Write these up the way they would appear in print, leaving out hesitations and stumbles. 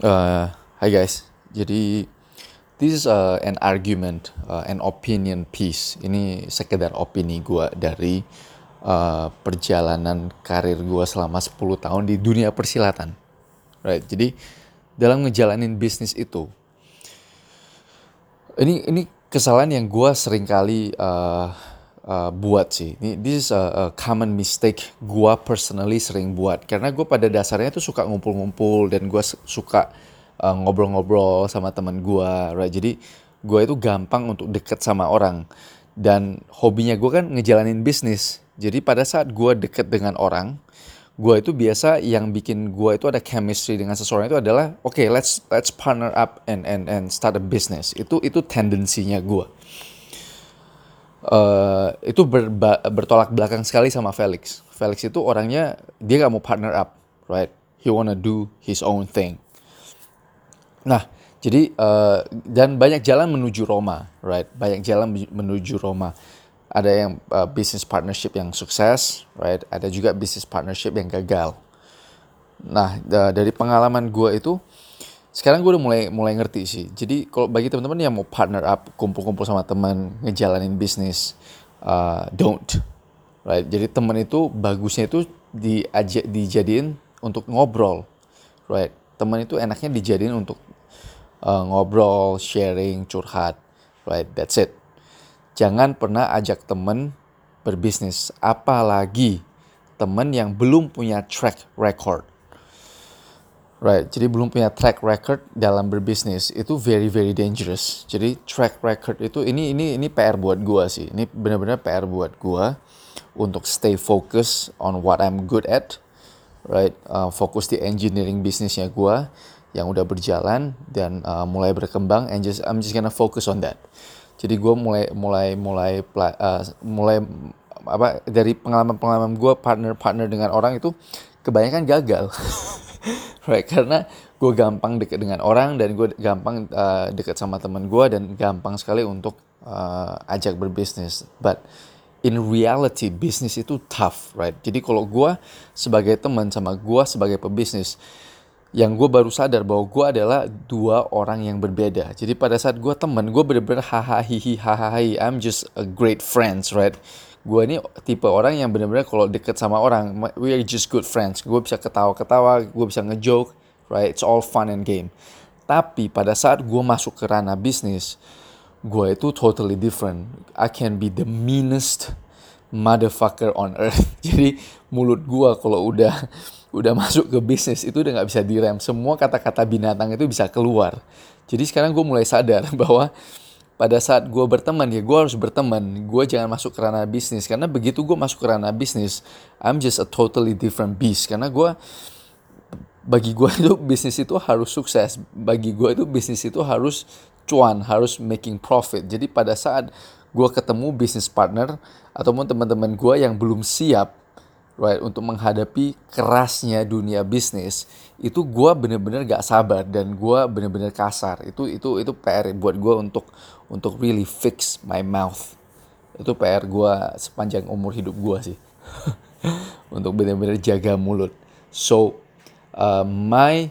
Hi guys, jadi this is an argument, an opinion piece. Ini sekedar opini gue dari perjalanan karir gue selama 10 tahun di dunia persilatan. Right, jadi dalam ngejalanin bisnis itu, ini kesalahan yang gue sering kali buat sih. This is a common mistake gue personally sering buat. Karena gue pada dasarnya tuh suka ngumpul-ngumpul dan gue suka ngobrol-ngobrol sama teman gue. Right? Jadi gue itu gampang untuk deket sama orang. Dan hobinya gue kan ngejalanin bisnis. Jadi pada saat gue deket dengan orang, gue itu biasa yang bikin gue itu ada chemistry dengan seseorang itu adalah okay, let's partner up and start a business. Itu tendensinya gue. Itu bertolak belakang sekali sama Felix. Felix itu orangnya dia gak mau partner up, right? He wanna do his own thing. Nah, jadi dan banyak jalan menuju Roma, right? Banyak jalan menuju Roma. Ada yang business partnership yang sukses, right? Ada juga business partnership yang gagal. Nah, dari pengalaman gue itu, sekarang gue udah mulai ngerti sih. Jadi kalau bagi teman-teman yang mau partner up, kumpul-kumpul sama teman, ngejalanin bisnis, don't, right? Jadi teman itu bagusnya itu dijadiin untuk ngobrol, right? Teman itu enaknya dijadiin untuk ngobrol, sharing, curhat, right? That's it. Jangan pernah ajak teman berbisnis, apalagi teman yang belum punya track record. Right, jadi belum punya track record dalam berbisnis itu very very dangerous. Jadi track record itu ini PR buat gua sih. Ini benar-benar PR buat gua untuk stay focus on what I'm good at, right? Fokus di engineering bisnisnya gua yang udah berjalan dan mulai berkembang. And I'm just gonna focus on that. Jadi gua mulai apa dari pengalaman gua partner dengan orang itu kebanyakan gagal. Right, karena gue gampang deket dengan orang dan gue gampang deket sama teman gue dan gampang sekali untuk ajak berbisnis. But in reality, bisnis itu tough, right? Jadi kalau gue sebagai teman sama gue sebagai pebisnis, yang gue baru sadar bahwa gue adalah dua orang yang berbeda. Jadi pada saat gue teman, gue bener-bener hahaha hahaha, I'm just a great friends, right? Gue ini tipe orang yang benar-benar kalau deket sama orang, we are just good friends. Gue bisa ketawa-ketawa, gue bisa ngejoke, right? It's all fun and game. Tapi pada saat gue masuk ke ranah bisnis, gue itu totally different. I can be the meanest motherfucker on earth. Jadi mulut gue kalau udah masuk ke bisnis itu udah nggak bisa direm. Semua kata-kata binatang itu bisa keluar. Jadi sekarang gue mulai sadar bahwa pada saat gue berteman ya gue harus berteman, gue jangan masuk ke ranah bisnis, karena begitu gue masuk ke ranah bisnis, I'm just a totally different beast. Karena bagi gue itu bisnis itu harus sukses, bagi gue itu bisnis itu harus cuan, harus making profit. Jadi pada saat gue ketemu bisnis partner ataupun teman-teman gue yang belum siap, right, untuk menghadapi kerasnya dunia bisnis, itu gue bener-bener gak sabar dan gue bener-bener kasar. Itu PR buat gue untuk really fix my mouth. Itu PR gue sepanjang umur hidup gue sih. Untuk bener-bener jaga mulut. So my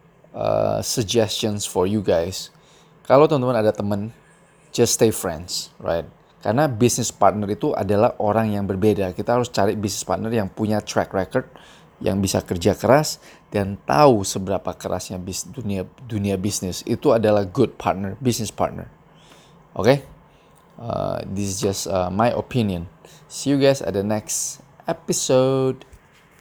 suggestions for you guys, kalau teman-teman ada teman, just stay friends, right? Karena business partner itu adalah orang yang berbeda. Kita harus cari business partner yang punya track record, yang bisa kerja keras dan tahu seberapa kerasnya dunia bisnis. Itu adalah good partner, business partner. Okay? This is just my opinion. See you guys at the next episode.